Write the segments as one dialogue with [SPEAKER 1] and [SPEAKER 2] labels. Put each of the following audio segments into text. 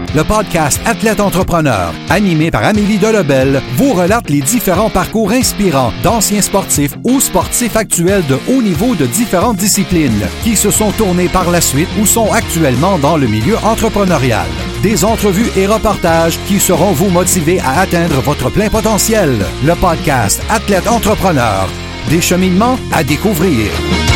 [SPEAKER 1] Le podcast Athlète Entrepreneur, animé par Amélie Delobel, vous relate les différents parcours inspirants d'anciens sportifs ou sportifs actuels de haut niveau de différentes disciplines qui se sont tournés par la suite ou sont actuellement dans le milieu entrepreneurial. Des entrevues et reportages qui sauront vous motiver à atteindre votre plein potentiel. Le podcast Athlète Entrepreneur, des cheminements à découvrir.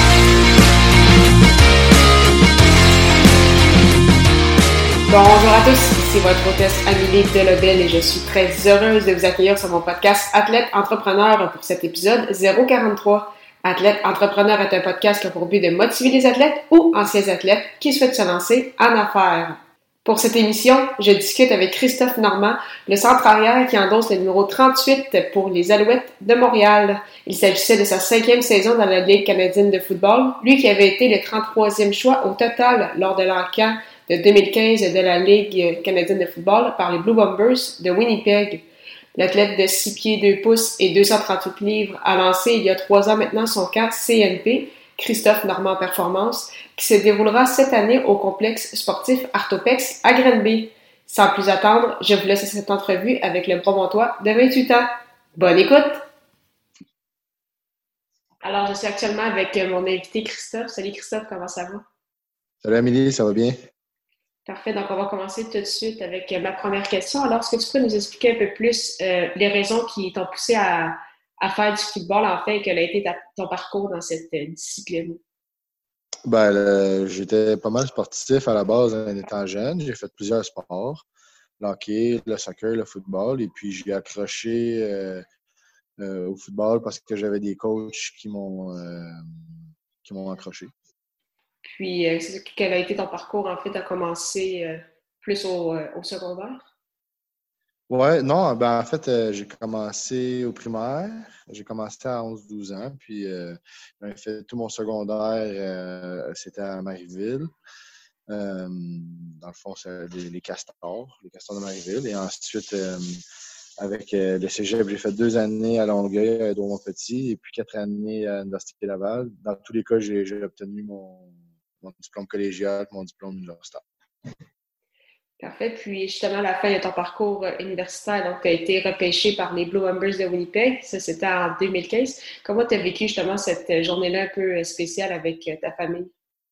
[SPEAKER 2] Bonjour à tous, ici votre hôtesse Amélie Delobel et je suis très heureuse de vous accueillir sur mon podcast Athlète Entrepreneur pour cet épisode 043. Athlète Entrepreneur est un podcast qui a pour but de motiver les athlètes ou anciens athlètes qui souhaitent se lancer en affaires. Pour cette émission, je discute avec Christophe Normand, le centre arrière qui endosse le numéro 38 pour les Alouettes de Montréal. Il s'agissait de sa 5e saison dans la Ligue canadienne de football, lui qui avait été le 33e choix au total lors de l'encan de 2015 de la Ligue canadienne de football par les Blue Bombers de Winnipeg. L'athlète de 6 pieds 2 pouces et 238 livres a lancé il y a 3 ans maintenant son camp CNP, Christophe Normand Performance, qui se déroulera cette année au complexe sportif Artopex à Granby. Sans plus attendre, je vous laisse cette entrevue avec le Bromontois de 28 ans. Bonne écoute! Alors, je suis actuellement avec mon invité Christophe. Salut Christophe, comment ça va?
[SPEAKER 3] Salut Amélie, ça va bien?
[SPEAKER 2] Parfait, donc on va commencer tout de suite avec ma première question. Alors, est-ce que tu peux nous expliquer un peu plus les raisons qui t'ont poussé à faire du football, en fait, et quel a été ton parcours dans cette discipline?
[SPEAKER 3] J'étais pas mal sportif à la base en étant jeune. J'ai fait plusieurs sports, le hockey, le soccer, le football, et puis j'ai accroché au football parce que j'avais des coachs qui m'ont accroché.
[SPEAKER 2] Puis, quel a été ton parcours, en fait, à commencer plus au secondaire?
[SPEAKER 3] Ouais, non, en fait, j'ai commencé au primaire. J'ai commencé à 11-12 ans, puis j'ai fait tout mon secondaire, c'était à Marieville. Dans le fond, c'est les Castors de Marieville. Et ensuite, avec le cégep, j'ai fait 2 années à Longueuil, à Édouard-Montpetit, et puis 4 années à l'Université Laval. Dans tous les cas, j'ai obtenu mon diplôme collégial, mon diplôme universitaire.
[SPEAKER 2] Parfait. Puis, justement, à la fin de ton parcours universitaire, donc, tu as été repêché par les Blue Bombers de Winnipeg. Ça, c'était en 2015. Comment tu as vécu, justement, cette journée-là un peu spéciale avec ta famille?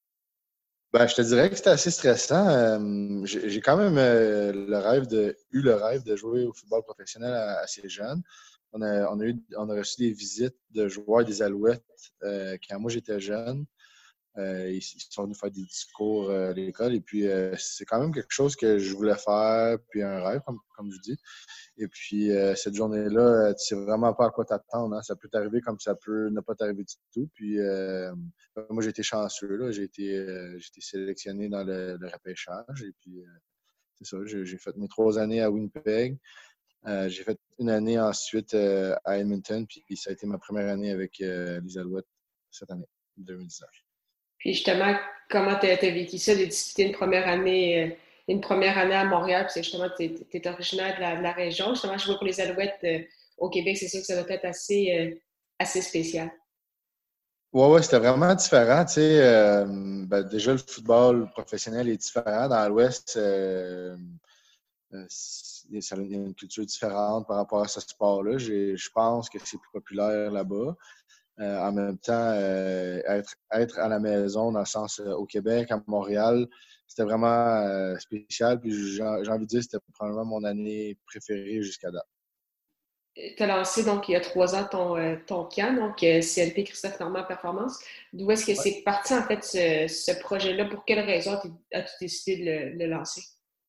[SPEAKER 3] Je te dirais que c'était assez stressant. J'ai quand même eu le rêve de jouer au football professionnel assez jeune. On a reçu des visites de joueurs des Alouettes quand moi j'étais jeune. Ils sont venus faire des discours à l'école. Et puis, c'est quand même quelque chose que je voulais faire, puis un rêve, comme je dis. Et puis, cette journée-là, tu sais vraiment pas à quoi t'attendre. Hein. Ça peut t'arriver comme ça peut ne pas t'arriver du tout. Puis, moi, j'ai été chanceux. Là. J'ai été sélectionné dans le repêchage. Et puis, c'est ça. J'ai fait mes 3 années à Winnipeg. J'ai fait 1 année ensuite à Edmonton. Puis, ça a été ma première année avec les Alouettes cette année, 2019.
[SPEAKER 2] Puis justement, comment tu as vécu ça, de discuter une première année à Montréal, puis justement, tu es originaire de la région. Justement, je vois pour les Alouettes au Québec, c'est sûr que ça doit être assez spécial.
[SPEAKER 3] Ouais, c'était vraiment différent. Tu sais, déjà, le football professionnel est différent. Dans l'Ouest, il y a une culture différente par rapport à ce sport-là. Je pense que c'est plus populaire là-bas. En même temps, être à la maison, dans le sens au Québec, à Montréal, c'était vraiment spécial. Puis j'ai envie de dire que c'était probablement mon année préférée jusqu'à date.
[SPEAKER 2] Tu as lancé donc il y a 3 ans ton camp, donc CNP Christophe Normand Performance. D'où est-ce que c'est parti en fait ce projet-là? Pour quelle raison as-tu décidé de le lancer?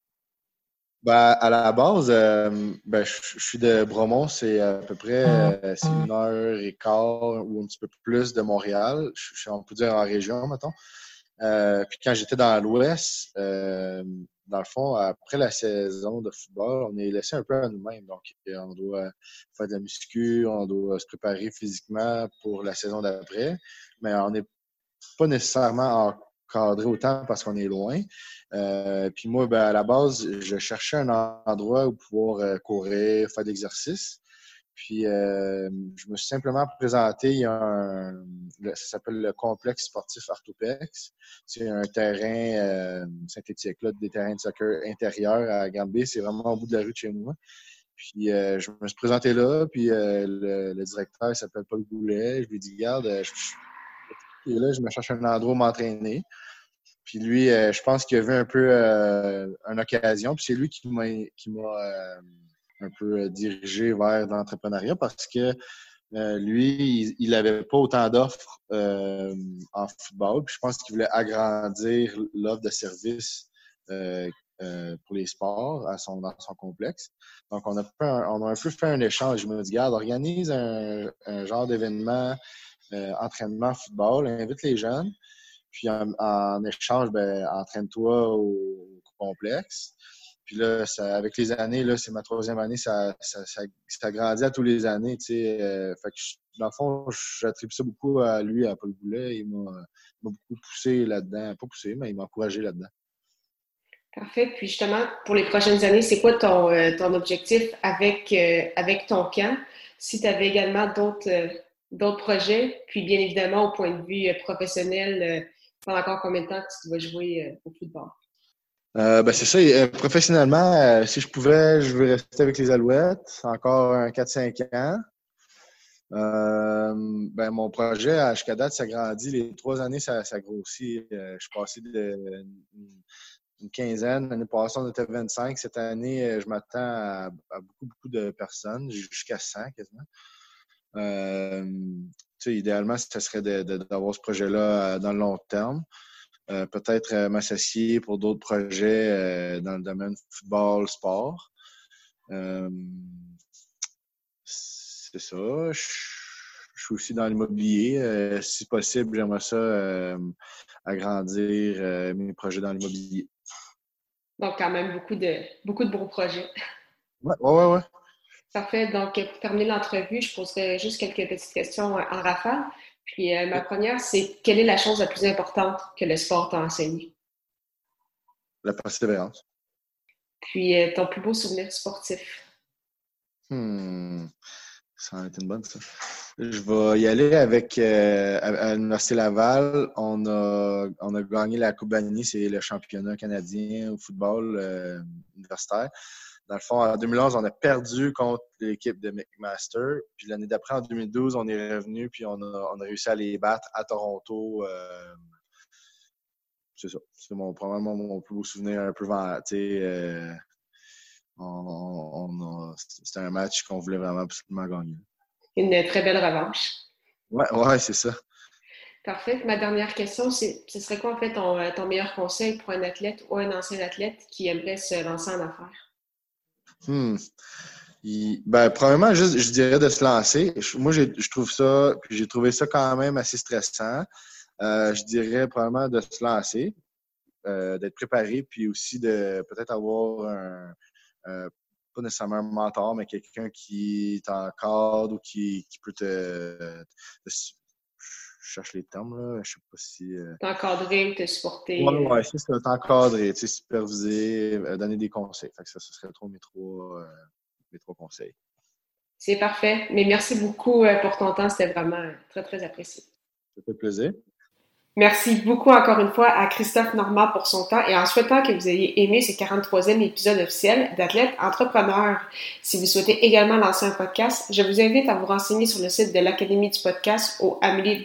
[SPEAKER 3] À la base, je suis de Bromont, c'est à peu près c'est 1h15 ou un petit peu plus de Montréal. On peut dire en région, mettons. Puis quand j'étais dans l'Ouest, dans le fond, après la saison de football, on est laissé un peu à nous-mêmes. Donc, on doit faire de la muscu, on doit se préparer physiquement pour la saison d'après, mais on n'est pas nécessairement encadré autant parce qu'on est loin. Puis moi, à la base, je cherchais un endroit où pouvoir courir, faire de l'exercice. Puis, je me suis simplement présenté. Il y a ça s'appelle le complexe sportif Artopex. C'est un terrain synthétique, là, des terrains de soccer intérieurs à Granby. C'est vraiment au bout de la rue de chez moi. Puis, je me suis présenté là. Puis, le directeur, il s'appelle Paul Goulet. Je lui ai dit, regarde, je me cherche un endroit où m'entraîner. Puis lui, je pense qu'il a vu un peu une occasion. Puis c'est lui qui m'a un peu dirigé vers l'entrepreneuriat parce que lui, il n'avait pas autant d'offres en football. Puis je pense qu'il voulait agrandir l'offre de services pour les sports dans son complexe. Donc, on a un peu fait un échange. Je me dis, regarde, organise un genre d'événement, entraînement football, invite les jeunes. Puis en échange, entraîne-toi au complexe. Puis là, avec les années, là, c'est ma 3e année, ça grandit à tous les années. Fait que dans le fond, j'attribue ça beaucoup à lui, à Paul Goulet. Il m'a beaucoup poussé là-dedans. Pas poussé, mais il m'a encouragé là-dedans.
[SPEAKER 2] Parfait. Puis justement, pour les prochaines années, c'est quoi ton objectif avec ton camp? Si tu avais également d'autres projets, puis bien évidemment, au point de vue professionnel, pendant encore combien de temps que tu vas jouer au football?
[SPEAKER 3] C'est ça. Professionnellement, si je pouvais, je vais rester avec les Alouettes encore 4-5 ans. Mon projet, jusqu'à date, ça grandit. Les 3 années, ça grossit. Je suis passé d'une quinzaine. L'année passée, on était 25. Cette année, je m'attends à beaucoup de personnes, jusqu'à 100 quasiment. Idéalement, ce serait d'avoir ce projet-là dans le long terme. Peut-être m'associer pour d'autres projets dans le domaine football, sport. C'est ça. Je suis aussi dans l'immobilier. Si possible, j'aimerais ça agrandir mes projets dans l'immobilier.
[SPEAKER 2] Donc, quand même, beaucoup de beaux projets.
[SPEAKER 3] Ouais.
[SPEAKER 2] Parfait. Donc, pour terminer l'entrevue, je poserai juste quelques petites questions en rafale. Puis, ma première, c'est quelle est la chose la plus importante que le sport t'a enseigné?
[SPEAKER 3] La persévérance.
[SPEAKER 2] Puis, ton plus beau souvenir sportif?
[SPEAKER 3] Ça en est une bonne, ça. Je vais y aller avec à l'Université Laval. On a gagné la Coupe Vanier, c'est le championnat canadien au football universitaire. Dans le fond, en 2011, on a perdu contre l'équipe de McMaster. Puis l'année d'après, en 2012, on est revenu puis on a réussi à les battre à Toronto. C'est ça. C'est probablement mon plus beau souvenir un peu c'était un match qu'on voulait vraiment absolument gagner.
[SPEAKER 2] Une très belle revanche.
[SPEAKER 3] Ouais, c'est ça.
[SPEAKER 2] Parfait. Ma dernière question, ce serait quoi en fait ton meilleur conseil pour un athlète ou un ancien athlète qui aimerait se lancer en affaires?
[SPEAKER 3] Probablement, juste, je dirais de se lancer. Moi, je trouve ça, puis j'ai trouvé ça quand même assez stressant. Je dirais probablement de se lancer, d'être préparé, puis aussi de peut-être avoir pas nécessairement un mentor, mais quelqu'un qui t'encadre ou qui peut je cherche les termes, là. Je sais pas si...
[SPEAKER 2] T'encadrer ou te supporter.
[SPEAKER 3] Ouais, c'est ça, t'encadrer, superviser, donner des conseils. Fait que ça serait mes trois conseils.
[SPEAKER 2] C'est parfait. Mais merci beaucoup pour ton temps. C'était vraiment très, très apprécié.
[SPEAKER 3] Ça fait plaisir.
[SPEAKER 2] Merci beaucoup encore une fois à Christophe Normand pour son temps et en souhaitant que vous ayez aimé ce 43e épisode officiel d'Athlète Entrepreneur. Si vous souhaitez également lancer un podcast, je vous invite à vous renseigner sur le site de l'Académie du podcast au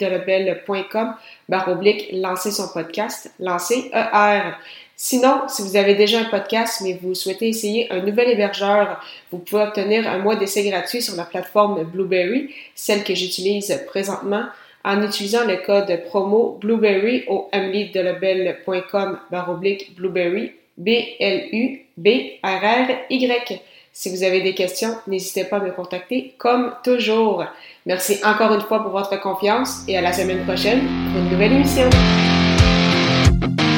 [SPEAKER 2] ameliedelobel.com/lancer son podcast, lancer ER. Sinon, si vous avez déjà un podcast mais vous souhaitez essayer un nouvel hébergeur, vous pouvez obtenir un mois d'essai gratuit sur la plateforme Blubrry, celle que j'utilise présentement, en utilisant le code promo Blubrry au ameliedelobel.com/Blubrry, BLUBRRY. Si vous avez des questions, n'hésitez pas à me contacter comme toujours. Merci encore une fois pour votre confiance et à la semaine prochaine pour une nouvelle émission.